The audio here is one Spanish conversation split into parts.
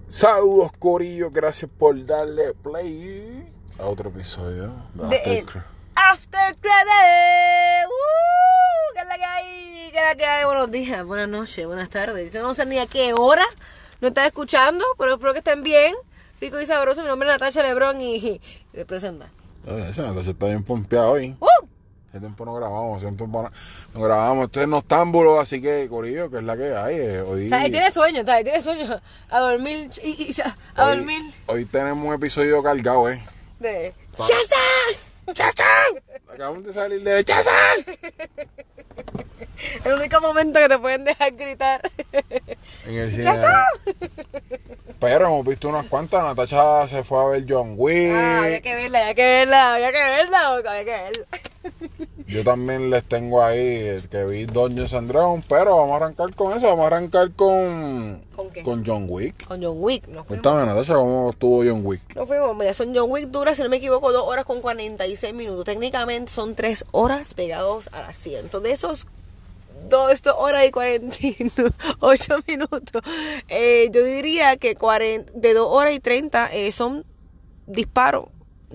Saludos, Corillo, gracias por darle play a otro episodio de After Credit. ¿Qué es la que hay? ¿Qué es la que hay? Buenos días, buenas noches, buenas tardes. Yo no sé ni a qué hora no están escuchando, pero espero que estén bien. Rico y sabroso. Mi nombre es Natasha Lebrón y te presenta. Natasha está bien pompeada hoy. Hace tiempo no grabamos, no grabamos. Esto es Noctámbulo, así que, Corillo, que es la que hay. Hoy, O sea, él tiene sueño, a dormir y ya, a dormir. Hoy tenemos un episodio cargado, De ¡Shazam! ¡Chazán! Acabamos de salir de ¡Chazán! El único momento que te pueden dejar gritar. En el cine. ¡Shazam! Pero hemos visto unas cuantas. Natasha se fue a ver John Wick. Había que verla. Yo también les tengo ahí que vi Dungeons and Dragons, pero vamos a arrancar con eso. Vamos a arrancar con... ¿Con qué? Con John Wick. Con John Wick. Nos fuimos. Cuéntame, Natasha, ¿cómo estuvo John Wick? Nos fuimos. Mira, son John Wick dura, si no me equivoco, 2 horas con 46 minutos. Técnicamente son 3 horas pegados al asiento. De esos 2 horas y 48 minutos, yo diría que de 2 horas y 30 son disparo.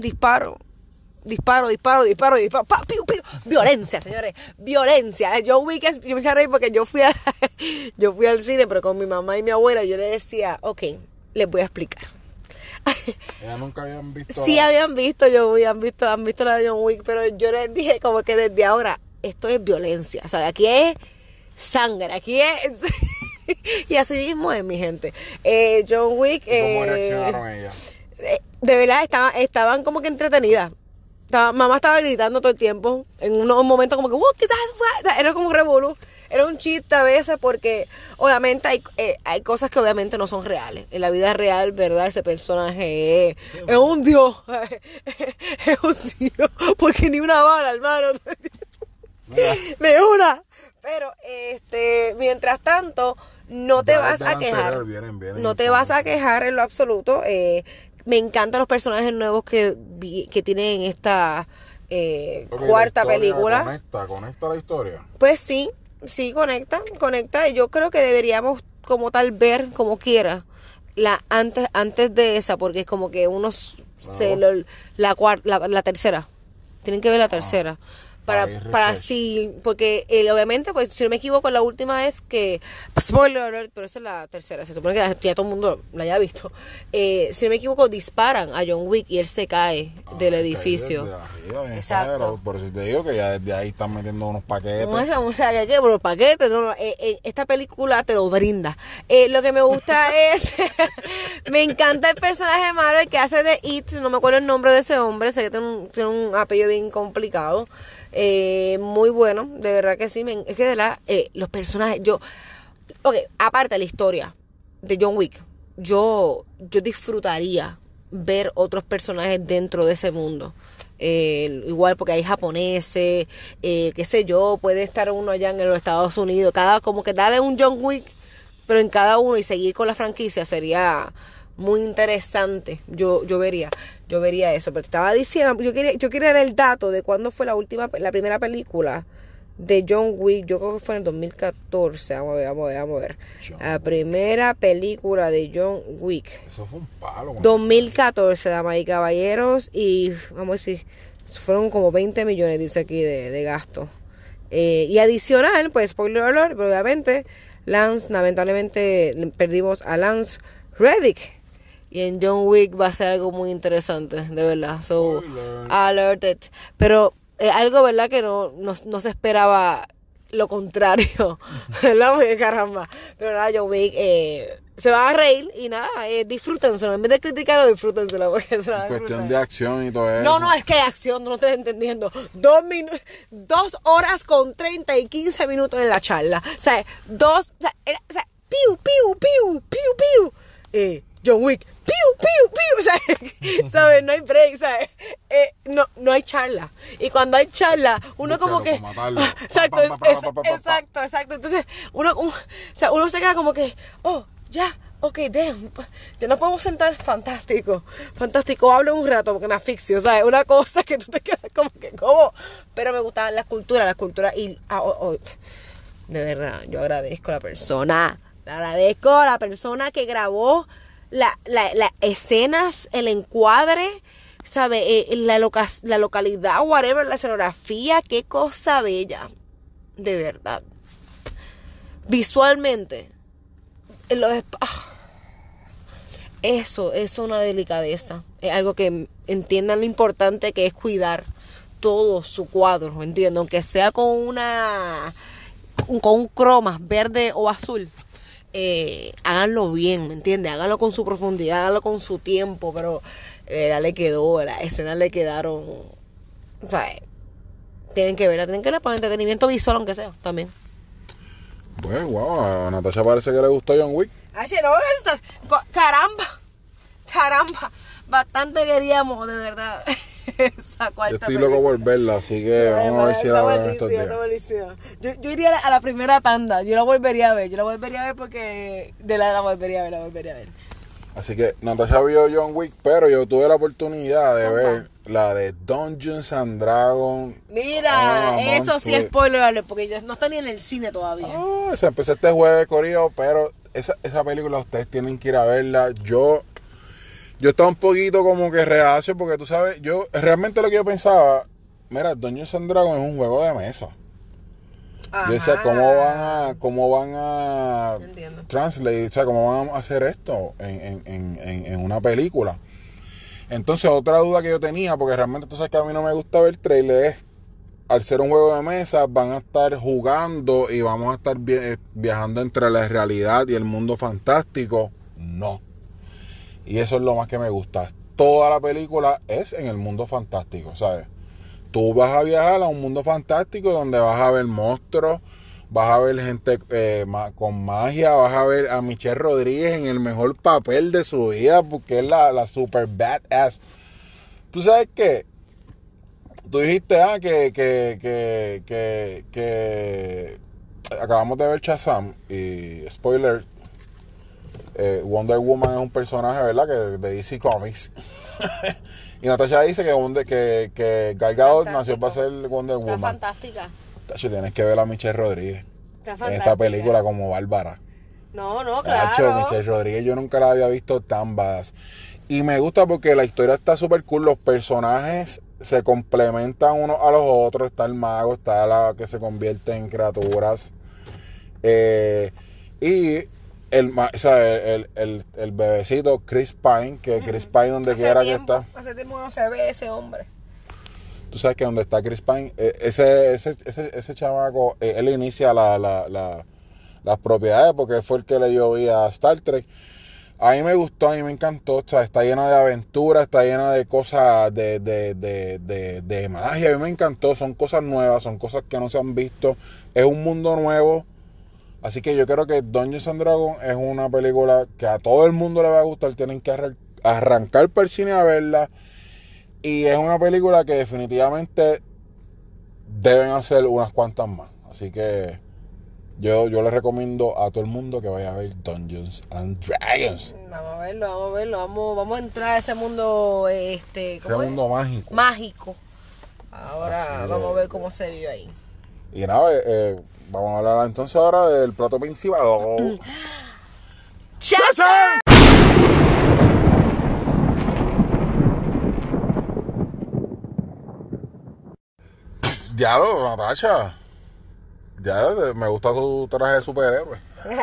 Piu, piu. Violencia, señores. Violencia. John Wick es... Yo me eché a reír porque yo fui al cine, pero con mi mamá y mi abuela. Yo le decía, ok, les voy a explicar. Ellas nunca habían visto... Sí habían visto John Wick, han visto la de John Wick, pero yo les dije como que desde ahora, esto es violencia. O sea, aquí es sangre, aquí es... Y así mismo es, mi gente. John Wick... ¿Cómo reaccionaron ellas? De verdad, estaban como que entretenidas. Mamá estaba gritando todo el tiempo. En un momento como que, ¿qué tal? Era como un revolú. Era un chiste a veces porque obviamente hay cosas que obviamente no son reales. En la vida real, ¿verdad? Ese personaje es un dios. Es un dios. Porque ni una bala, hermano. Ni una. Pero, mientras tanto, no te vas a quejar. No te vas a quejar en lo absoluto. Me encantan los personajes nuevos que tienen esta cuarta película. ¿Conecta la historia? Pues sí, conecta. Y yo creo que deberíamos como tal ver como quiera antes de esa, porque es como que la tercera. Tienen que ver la tercera. Para sí, porque obviamente, pues si no me equivoco, la última es que, spoiler alert, pero esa es la tercera, se supone que ya todo el mundo la haya visto. Si no me equivoco, disparan a John Wick y él se cae del edificio. Arriba, exacto. Por eso te digo que ya desde ahí están metiendo unos paquetes. O sea, ¿qué? Por los paquetes, esta película te lo brinda. Lo que me gusta es, me encanta el personaje malo, el que hace de It, no me acuerdo el nombre de ese hombre, sé que tiene un apellido bien complicado. Muy bueno, de verdad que sí. Es que de verdad, los personajes, aparte de la historia de John Wick, yo disfrutaría ver otros personajes dentro de ese mundo. Igual porque hay japoneses, qué sé yo, puede estar uno allá en los Estados Unidos, como que darle un John Wick, pero en cada uno y seguir con la franquicia sería muy interesante. Yo vería eso, pero te estaba diciendo, yo quería dar el dato de cuándo fue la primera película de John Wick. Yo creo que fue en el 2014. Vamos a ver. La primera película de John Wick. Eso fue un palo. 2014, damas y caballeros, y vamos a decir, fueron como 20 millones, dice aquí, de gasto. Y adicional, pues, spoiler alert, pero obviamente, lamentablemente, perdimos a Lance Reddick. Y en John Wick va a ser algo muy interesante, de verdad. So, alerted. Pero algo, ¿verdad? Que no se esperaba lo contrario. ¿Verdad? Porque caramba. Pero nada, John Wick se van a reír y nada, disfrútenselo. En vez de criticarlo, disfrútenselo. Porque se van a cuestión de acción y todo eso. No, es que hay acción, no estás entendiendo. 2 horas con 30 y 15 minutos en la charla. O sea, piu. John Wick, piu, ¿sabes? No hay break, ¿sabes? No hay charla. Y cuando hay charla, uno como que... Exacto. Entonces, uno se queda como que, damn, ya nos podemos sentar, fantástico, hablo un rato porque me asfixio, ¿sabes? Una cosa que tú te quedas como que, ¿cómo? Pero me gusta la cultura y... de verdad, yo agradezco a la persona que grabó las escenas, el encuadre, ¿sabe? La localidad, whatever, la escenografía, qué cosa bella, de verdad. Visualmente, eso es una delicadeza. Es algo que entiendan lo importante que es cuidar todo su cuadro, ¿entiendes? Aunque sea con un croma verde o azul, háganlo bien, ¿me entiendes? Háganlo con su profundidad, háganlo con su tiempo, pero le quedó, las escenas le quedaron, o sea, tienen que verla por entretenimiento visual, aunque sea, también. Pues, wow, a Natasha parece que le gustó John Wick. Ay, no, caramba, bastante queríamos, de verdad. Esa cuarta Yo estoy loco por verla, así que vamos a ver si la veo en estos días. Yo iría a la primera tanda, yo la volvería a ver porque la volvería a ver. Así que Natasha vio John Wick, pero yo tuve la oportunidad de ver la de Dungeons and Dragons. Mira, eso sí es spoiler, porque yo no está ni en el cine todavía. Se empezó este jueves, corillo, pero esa película ustedes tienen que ir a verla. Yo estaba un poquito como que reacio, porque tú sabes, yo realmente lo que yo pensaba, mira, Dungeons and Dragons es un juego de mesa. Ajá. Yo decía, ¿cómo van a translate? O sea, ¿cómo van a hacer esto en una película? Entonces, otra duda que yo tenía, porque realmente tú sabes que a mí no me gusta ver trailer, es, al ser un juego de mesa, van a estar jugando y vamos a estar viajando entre la realidad y el mundo fantástico. No. Y eso es lo más que me gusta. Toda la película es en el mundo fantástico, ¿sabes? Tú vas a viajar a un mundo fantástico donde vas a ver monstruos, vas a ver gente con magia, vas a ver a Michelle Rodríguez en el mejor papel de su vida, porque es la super badass. ¿Tú sabes qué? Tú dijiste que acabamos de ver Shazam y spoiler, Wonder Woman es un personaje, ¿verdad? Que de DC Comics. Y Natasha dice que Gal Gadot nació para ser Wonder Woman. Está fantástica. Tacho, tienes que ver a Michelle Rodríguez en esta película como Bárbara. No, claro. Tacho, Michelle Rodríguez yo nunca la había visto tan badass. Y me gusta porque la historia está súper cool. Los personajes se complementan unos a los otros. Está el mago, está la que se convierte en criaturas. Y el bebecito Chris Pine, que Chris Pine donde quiera que está. Hace tiempo no se ve ese hombre. Tú sabes que donde está Chris Pine, ese chamaco, él inicia las propiedades porque él fue el que le dio vida a Star Trek. A mí me gustó, a mí me encantó, o sea, está llena de aventuras, está llena de cosas de magia, a mí me encantó, son cosas nuevas, son cosas que no se han visto, es un mundo nuevo. Así que yo creo que Dungeons and Dragons es una película que a todo el mundo le va a gustar. Tienen que arrancar para el cine a verla. Y es una película que definitivamente deben hacer unas cuantas más. Así que yo les recomiendo a todo el mundo que vaya a ver Dungeons and Dragons. Vamos a verlo. Vamos a entrar a ese mundo, ese mundo mágico. Ahora vamos a ver cómo se vive ahí. Y nada, vamos a hablar entonces ahora del plato principal. ¡Shazam! Diablo, Natasha. Diablo, me gusta tu traje de superhéroe.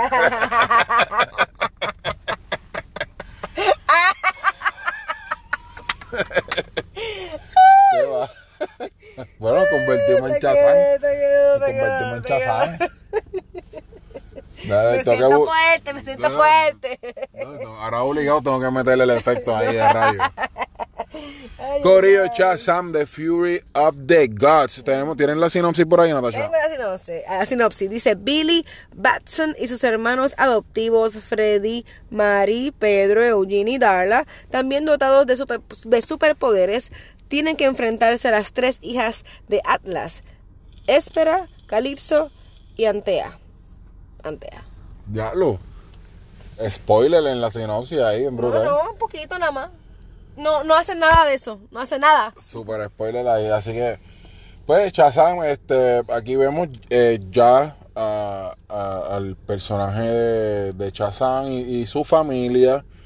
¿Qué va? Bueno, convertimos en Shazam. Convertimos en Shazam. Me siento fuerte. Ahora obligado tengo que meterle el efecto ahí de rayo. Corillo, Shazam, The Fury of the Gods. ¿Tienen la sinopsis por ahí, Natasha? Tengo la sinopsis. Dice: Billy Batson y sus hermanos adoptivos Freddy, Mary, Pedro, Eugene y Darla, también dotados de superpoderes, tienen que enfrentarse a las 3 hijas de Atlas: Espera, Calypso y Antea. Diablo. Spoiler en la sinopsis ahí, en brutal. No, un poquito nada más. No hacen nada de eso, no hacen nada. Super spoiler ahí, así que pues Shazam, aquí vemos ya al personaje de Shazam y su familia,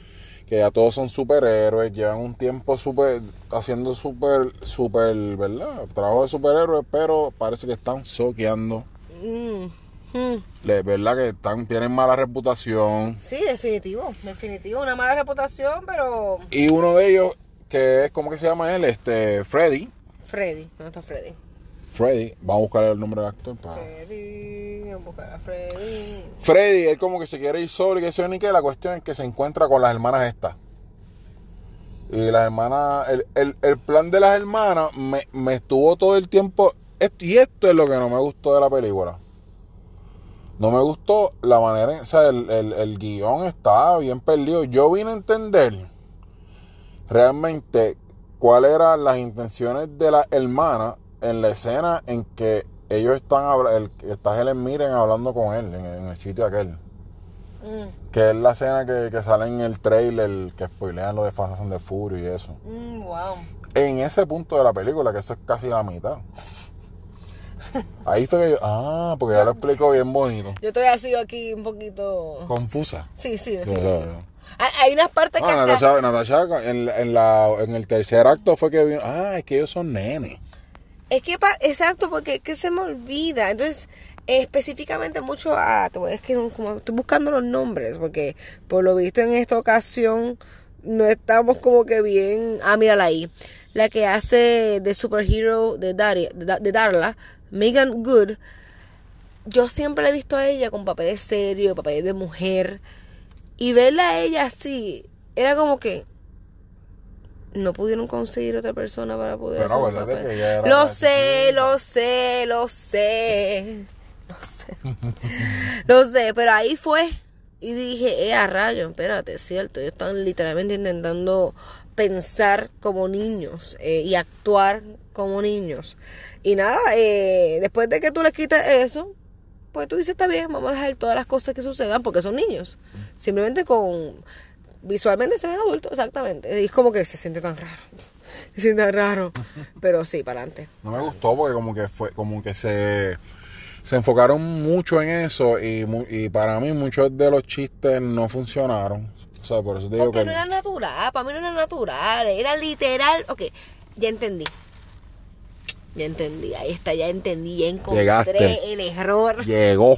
que ya todos son superhéroes, llevan un tiempo haciendo super, ¿verdad? Trabajo de superhéroes, pero parece que están soqueando. ¿Verdad? Que tienen mala reputación. Sí, definitivo, una mala reputación, pero... Y uno de ellos, que es, ¿cómo que se llama él? Freddy. ¿Dónde está Freddy? Freddy, vamos a buscar el nombre del actor. Freddy, vamos a buscar a Freddy. Freddy, él como que se quiere ir solo y que se ni que la cuestión es que se encuentra con las hermanas estas. Y las hermanas, el plan de las hermanas me estuvo todo el tiempo. Y esto es lo que no me gustó de la película. No me gustó la manera, o sea, el guión estaba bien perdido. Yo vine a entender realmente cuáles eran las intenciones de la hermana en la escena en que ellos está Helen Mirren hablando con él en el sitio aquel. Que es la escena que sale en el trailer, que spoilean lo de Fast and the Furious y eso. Wow. En ese punto de la película, que eso es casi la mitad. Ahí fue que yo, porque ya lo explico bien bonito. Yo estoy así aquí un poquito... Confusa. Sí, definitivamente. Hay unas partes que... Natasha en el tercer acto fue que vino, es que ellos son nenes. Es que, exacto, porque es que se me olvida. Entonces, específicamente mucho es que como estoy buscando los nombres, porque por lo visto en esta ocasión no estamos como que bien... mírala ahí. La que hace de superhero de Darla, Megan Good. Yo siempre la he visto a ella con papeles serios, papeles de mujer. Y verla a ella así, era como que no pudieron conseguir otra persona para poder hacer un papel. Que ella era lo sé, pero ahí fue. Y dije, a rayo, espérate, es cierto. Ellos están literalmente intentando pensar como niños y actuar como niños. Y nada, después de que tú les quitas eso, pues tú dices, está bien, vamos a dejar todas las cosas que sucedan porque son niños. Simplemente visualmente se ven adultos, exactamente. Y es como que se siente tan raro. Pero sí, para adelante. No me gustó porque como que se enfocaron mucho en eso y para mí muchos de los chistes no funcionaron. O sea, por eso te digo porque no era natural, para mí no era natural, era literal. Ok, ya entendí, ahí está, ya entendí, ya encontré Llegaste. El error. Llegó.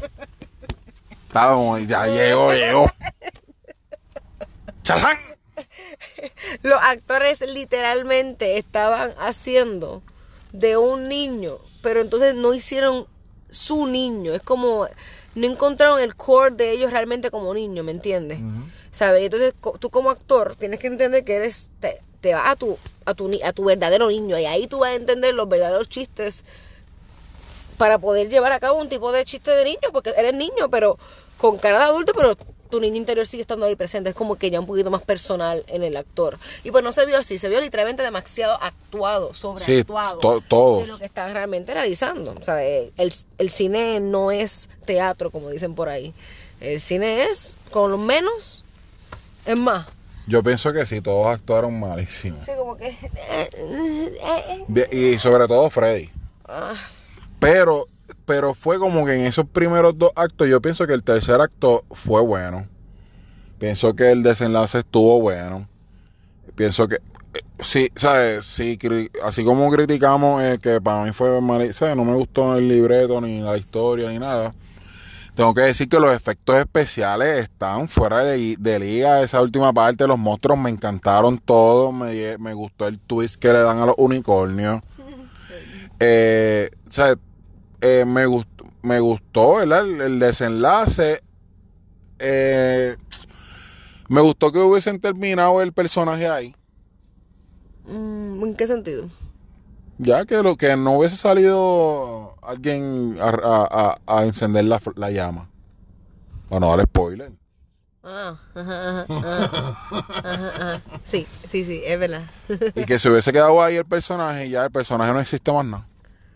Ya llegó. ¡Chazán! Los actores literalmente estaban haciendo de un niño, pero entonces no hicieron su niño. Es como, no encontraron el core de ellos realmente como niño, ¿me entiendes? ¿Sabes? Entonces tú como actor tienes que entender que eres... Te vas a tu verdadero niño y ahí tú vas a entender los verdaderos chistes para poder llevar a cabo un tipo de chiste de niño, porque eres niño, pero con cara de adulto, pero tu niño interior sigue estando ahí presente. Es como que ya un poquito más personal en el actor. Y pues no se vio así, se vio literalmente demasiado actuado, sobreactuado. Sí, todos. De lo que están realmente realizando. ¿Sabes? El cine no es teatro, como dicen por ahí. El cine es, con lo menos, es más. Yo pienso que sí, todos actuaron malísimo. Sí, como que... Y sobre todo Freddy. Pero fue como que en esos primeros dos actos, yo pienso que el tercer acto fue bueno. Pienso que el desenlace estuvo bueno. Pienso que... sí, ¿sabes? Sí, así como criticamos que para mí fue mal, ¿sabes? No me gustó el libreto, ni la historia, ni nada. Tengo que decir que los efectos especiales están fuera de liga. Esa última parte, los monstruos me encantaron todos. Me gustó el twist que le dan a los unicornios. ¿Sabes? Me gustó, ¿verdad? El desenlace. Me gustó que hubiesen terminado el personaje ahí. ¿En qué sentido? Ya que no hubiese salido alguien a encender la llama. Bueno, dale spoiler. Sí, es verdad. Y que se hubiese quedado ahí el personaje y ya el personaje no existe más nada.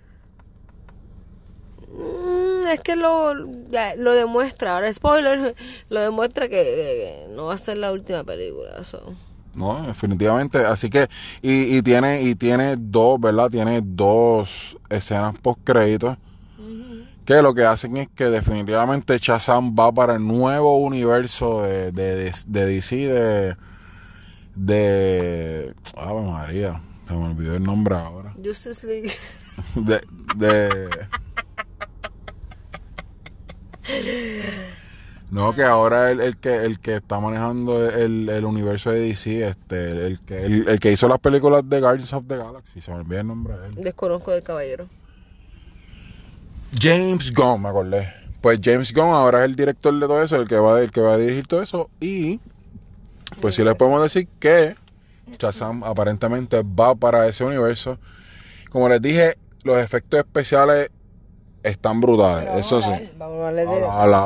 Es que lo demuestra, ahora spoiler, lo demuestra que no va a ser la última película. No, definitivamente. Así que, y tiene dos, ¿verdad? Tiene dos escenas post créditos. Que lo que hacen es que definitivamente Shazam va para el nuevo universo de DC Ave María, se me olvidó el nombre ahora. Justice League. De No, que ahora el que está manejando el universo de DC, el que hizo las películas de Guardians of the Galaxy, se me olvidó el nombre de él. Desconozco del caballero. James Gunn, me acordé. Pues James Gunn ahora es el director de todo eso, el que va a dirigir todo eso. Y pues sí les podemos decir que Shazam aparentemente va para ese universo. Como les dije, los efectos especiales están brutales, eso sí. Vamos a hablar de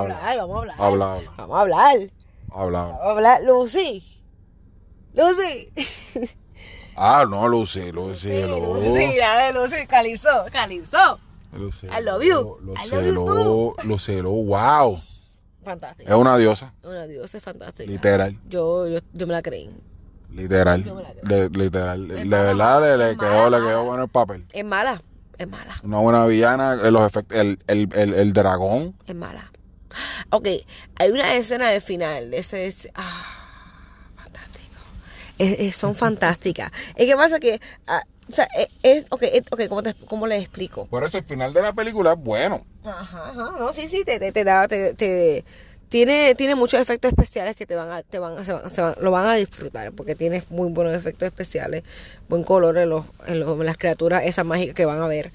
Habla. Lucy. No, Lucy. Lucy, la de Lucy, Calypso. I love you. Lucero, wow. Fantástica. Es una diosa. Una diosa, es fantástica. Literal. Yo me la creí. Literal. Literal. De verdad le quedó bueno el papel. Es mala. Una buena villana, los efectos, el dragón. Es mala. Ok, hay una escena del final. Fantástico. Son fantásticas. Es que pasa que, ¿cómo les explico? Por eso el final de la película es bueno. Ajá. No, sí, tiene muchos efectos especiales que lo van a disfrutar, porque tiene muy buenos efectos especiales, buen color en las criaturas esas mágicas que van a ver.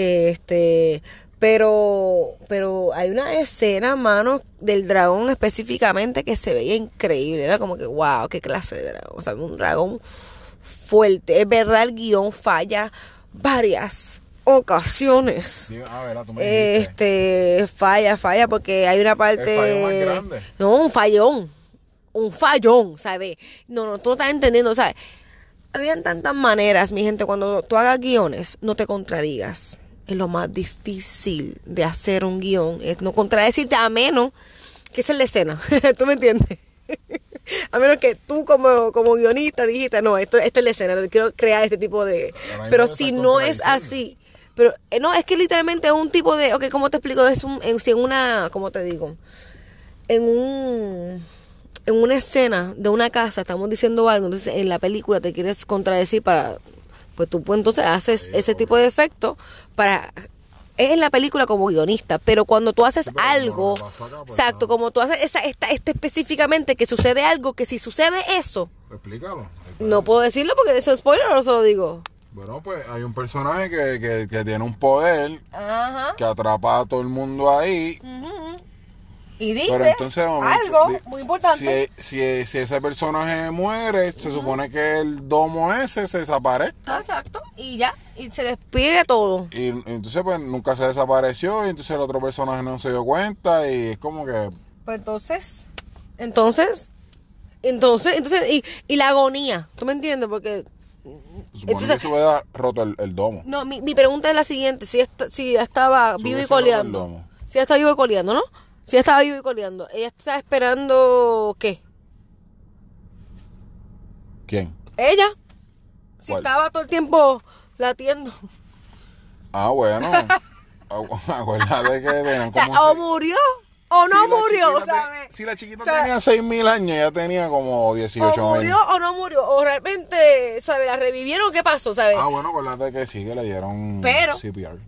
Pero hay una escena, mano, del dragón específicamente que se veía increíble. Era como que, wow, qué clase de dragón. O sea, un dragón fuerte. Es verdad, el guión falla varias ocasiones. Sí, tú me dijiste. Falla porque hay una parte. El fallo más grande. No, un fallón, ¿sabes? No, tú no estás entendiendo, ¿sabes? Habían tantas maneras, mi gente, cuando tú hagas guiones, no te contradigas. Es lo más difícil de hacer un guión, es no contradecirte, a menos que esa es la escena. ¿Tú me entiendes? A menos que tú como guionista dijiste, no, esto es la escena, quiero crear este tipo de... Pero si no es así, pero no, es que literalmente es un tipo de... Ok, ¿cómo te explico? Si en una... ¿Cómo te digo? En una escena de una casa estamos diciendo algo, entonces en la película te quieres contradecir para... Pues tú entonces haces ese tipo de efecto para... Es en la película como guionista, pero cuando tú haces algo, exacto, como tú haces específicamente que sucede algo, que si sucede eso... Explícalo. No puedo decirlo porque eso es spoiler, o no se lo digo. Bueno, pues hay un personaje que tiene un poder, Ajá, que atrapa a todo el mundo ahí. y dice Pero entonces, algo muy importante. Si ese personaje muere, se supone que el domo ese se desaparece. Exacto, y ya, y se despide todo. Y entonces pues nunca se desapareció y entonces el otro personaje no se dio cuenta y es como que... Pues entonces, y la agonía, ¿tú me entiendes? Porque... Supone que se hubiera roto el domo. No, mi pregunta es la siguiente, si ella estaba vivo y coleando. Si ella estaba vivo y coleando, ¿no? Si ella estaba vivo y coleando, ella estaba esperando ¿qué? ¿Quién? Ella. Si ¿Cuál? estaba todo el tiempo latiendo. Ah, bueno. Acuérdate que tenían O sea, como... o murió o no murió, ¿sabes? Si la chiquita tenía 6.000 años, ella tenía como 18.000. O murió o no murió, o realmente, ¿sabes? La revivieron, ¿qué pasó, sabes? Ah, bueno, acuérdate que sí, que le dieron CPR.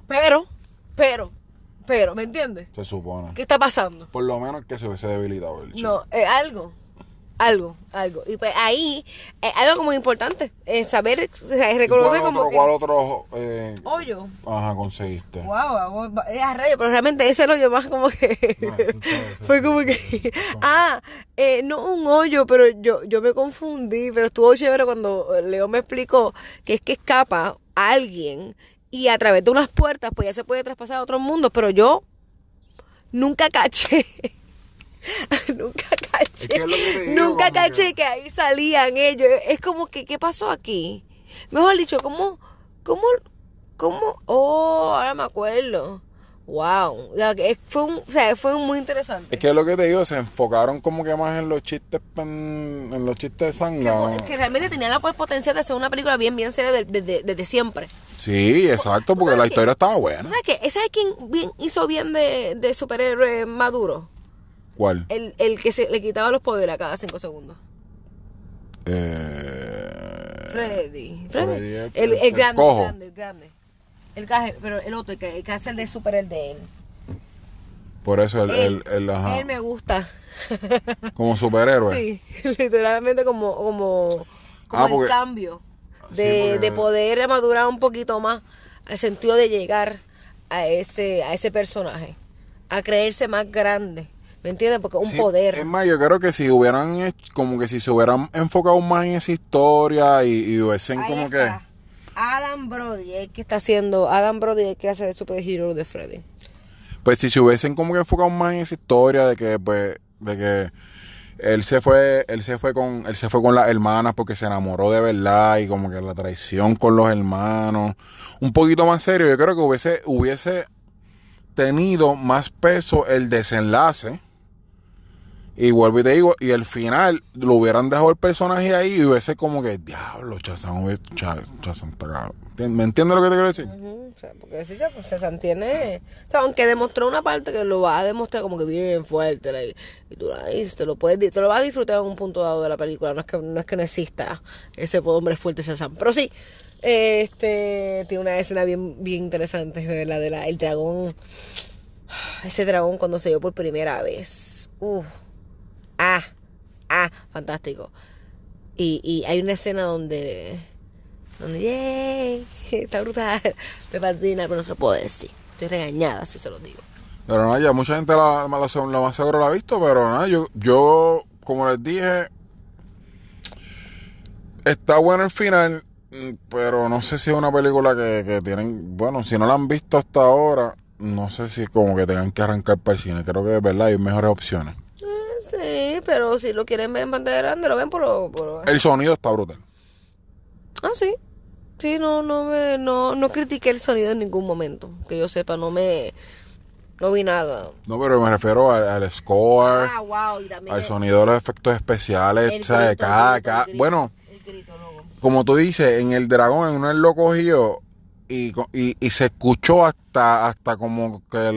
Pero, ¿me entiendes? Se supone. ¿Qué está pasando? Por lo menos que se hubiese debilitado el chico. No, algo. Y pues ahí, algo como importante, saber, reconocer como que... ¿Cuál otro hoyo? Ajá, conseguiste? Wow, es a rayo, pero realmente ese es el hoyo más como que... fue como que... no un hoyo, pero yo me confundí, pero estuvo chévere cuando Leo me explicó que es que escapa alguien y a través de unas puertas pues ya se puede traspasar a otros mundos, pero yo nunca caché. Nunca caché que ahí salían ellos. Es como que, ¿qué pasó aquí? Mejor dicho, ¿cómo? Oh, ahora me acuerdo. Wow. Fue muy interesante. Es que lo que te digo, se enfocaron como que más en los chistes de sangre. Que realmente tenía la potencial de hacer una película bien seria desde siempre. Sí, exacto, porque la historia estaba buena. ¿Sabes qué? ¿Sabes quién hizo bien de superhéroe maduro? ¿Cuál? El que le quitaba los poderes a cada 5 segundos. Freddy. Freddy, El grande, cojo. el grande. Pero el otro, el que hace el de super, el de él. Por eso Él me gusta. como superhéroe. Sí, literalmente como el porque- cambio Sí, de porque- poder madurar un poquito más al sentido de llegar a ese personaje, a creerse más grande, ¿me entiendes? Porque un Sí, poder. Es más, yo creo que si hubieran como que si se hubieran enfocado más en esa historia y hubiesen Ahí como está. Adam Brody, el que está haciendo, Adam Brody, el que hace de superhero de Freddy. pues si se hubiesen como que enfocado más en esa historia de que él se fue con las hermanas porque se enamoró de verdad y como que la traición con los hermanos, un poquito más serio, yo creo que hubiese tenido más peso el desenlace. Y vuelvo y te digo, y el final lo hubieran dejado el personaje ahí y hubiese como que, diablo, Shazam está cagado. ¿Me entiendes lo que te quiero decir? O sea, porque si ya pues, se mantiene, o sea, aunque demostró una parte que lo va a demostrar como que bien fuerte, y tú te lo vas a disfrutar en un punto dado de la película, no es que no exista ese hombre fuerte Shazam, pero sí, tiene una escena bien interesante de verdad, el dragón, ese dragón cuando se dio por primera vez, fantástico. Y hay una escena donde yay, está brutal, me fascina, pero no se lo puedo decir. Estoy regañada si se lo digo. Pero nada, ya mucha gente lo más seguro la ha visto, pero nada, yo como les dije, está bueno el final, pero no sé si es una película que tienen, bueno, si no la han visto hasta ahora, no sé si como que tengan que arrancar para el cine, creo que de verdad hay mejores opciones. Sí, pero si lo quieren ver en pantalla grande, lo ven por... El sonido está brutal. Sí. Sí, no critiqué el sonido en ningún momento. Que yo sepa, no vi nada. No, pero me refiero al score, Wow, y también al sonido de los efectos especiales, el ¿sabes? grito, el grito. Bueno, el grito, loco. como tú dices, en el dragón, en uno él lo cogió y se escuchó hasta como que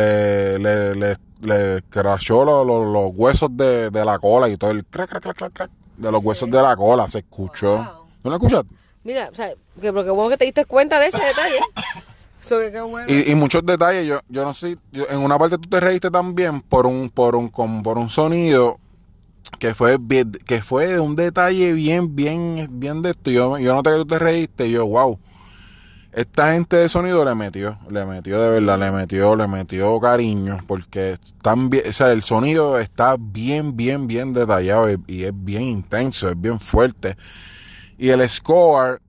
le crashó los huesos de la cola y todo el crack, crack, crack, crack, crack de los huesos de la cola, se escuchó. Wow. ¿No lo escuchaste? Mira, o sea, porque bueno que te diste cuenta de ese detalle. Eso que qué bueno. Y muchos detalles, yo no sé, en una parte tú te reíste también por un sonido que fue de un detalle bien de esto. Yo noté que tú te reíste y yo, wow. Esta gente de sonido le metió de verdad, le metió cariño, porque o sea, el sonido está bien detallado y es bien intenso, es bien fuerte. Y el score,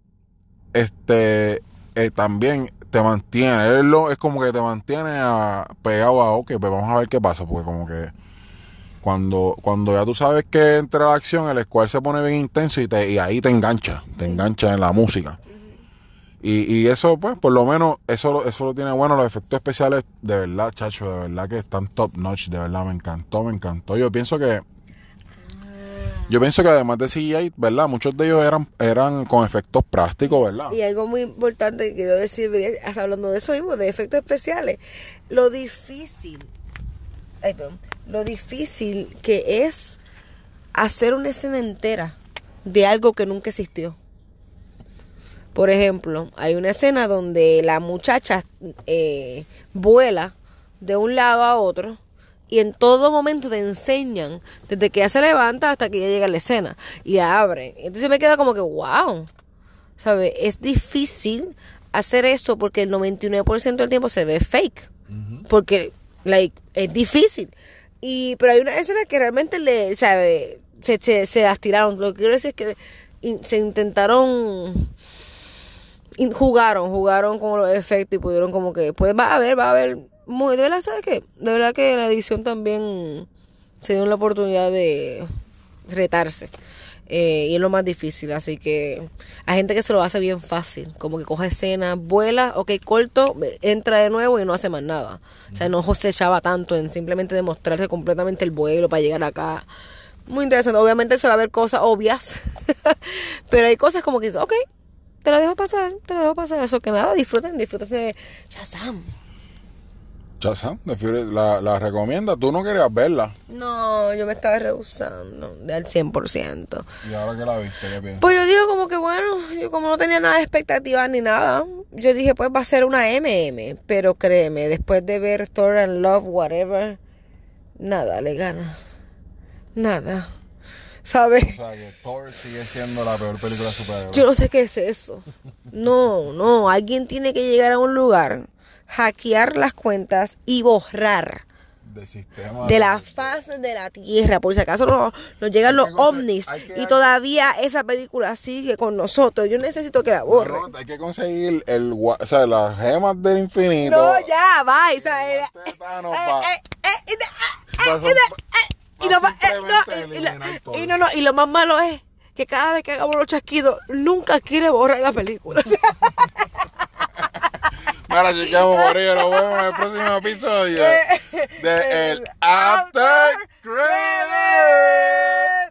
también te mantiene, es como que te mantiene pegado a, ok, pues vamos a ver qué pasa, porque como que cuando ya tú sabes que entra la acción, el score se pone bien intenso y ahí te engancha en la música. Y eso, pues, por lo menos, eso lo tiene bueno. Los efectos especiales, de verdad, chacho, de verdad que están top notch, de verdad, me encantó. Yo pienso que además de CGI, ¿verdad? Muchos de ellos eran con efectos prácticos, ¿verdad? Y algo muy importante que quiero decir, hablando de eso mismo, de efectos especiales, lo difícil que es hacer una escena entera de algo que nunca existió. Por ejemplo, hay una escena donde la muchacha vuela de un lado a otro y en todo momento te enseñan desde que ella se levanta hasta que ella llega a la escena y abre. Entonces me queda como que wow, ¿sabes? Es difícil hacer eso porque el 99% del tiempo se ve fake. Porque es difícil. Pero hay una escena que realmente se las tiraron. Lo que quiero decir es que se intentaron... Jugaron con los efectos y pudieron como que va a haber muy, de verdad, ¿sabes qué? De verdad que la edición también se dio la oportunidad de retarse y es lo más difícil, así que hay gente que se lo hace bien fácil, como que coge escenas, vuela, ok, corto, entra de nuevo y no hace más nada, o sea, no se echaba tanto en simplemente demostrarse completamente el vuelo para llegar acá. Muy interesante, obviamente se va a ver cosas obvias pero hay cosas como que ok, te lo dejo pasar, eso que nada, disfruten de Shazam. Shazam, The Fury, la recomienda. Tú no querías verla. No, yo me estaba rehusando al 100%. ¿Y ahora que la viste, qué piensas? Pues yo digo como que bueno, yo como no tenía nada de expectativas ni nada, yo dije pues va a ser una MM, pero créeme, después de ver Thor and Love, whatever, nada le gana, nada, ¿sabes? O sea, que Thor sigue siendo la peor película de superhéroes. Yo no sé qué es eso, no, alguien tiene que llegar a un lugar, hackear las cuentas y borrar Del sistema. de la faz de la tierra, por si acaso nos llegan los ovnis y todavía esa película sigue con nosotros. Yo necesito que la borren. No, hay que conseguir o sea, las gemas del infinito. No, ya, va. O sea, y lo más malo es que cada vez que hagamos los chasquidos, nunca quiere borrar la película. Mira, chicos, por ello, nos vemos en el próximo episodio de El After Credits.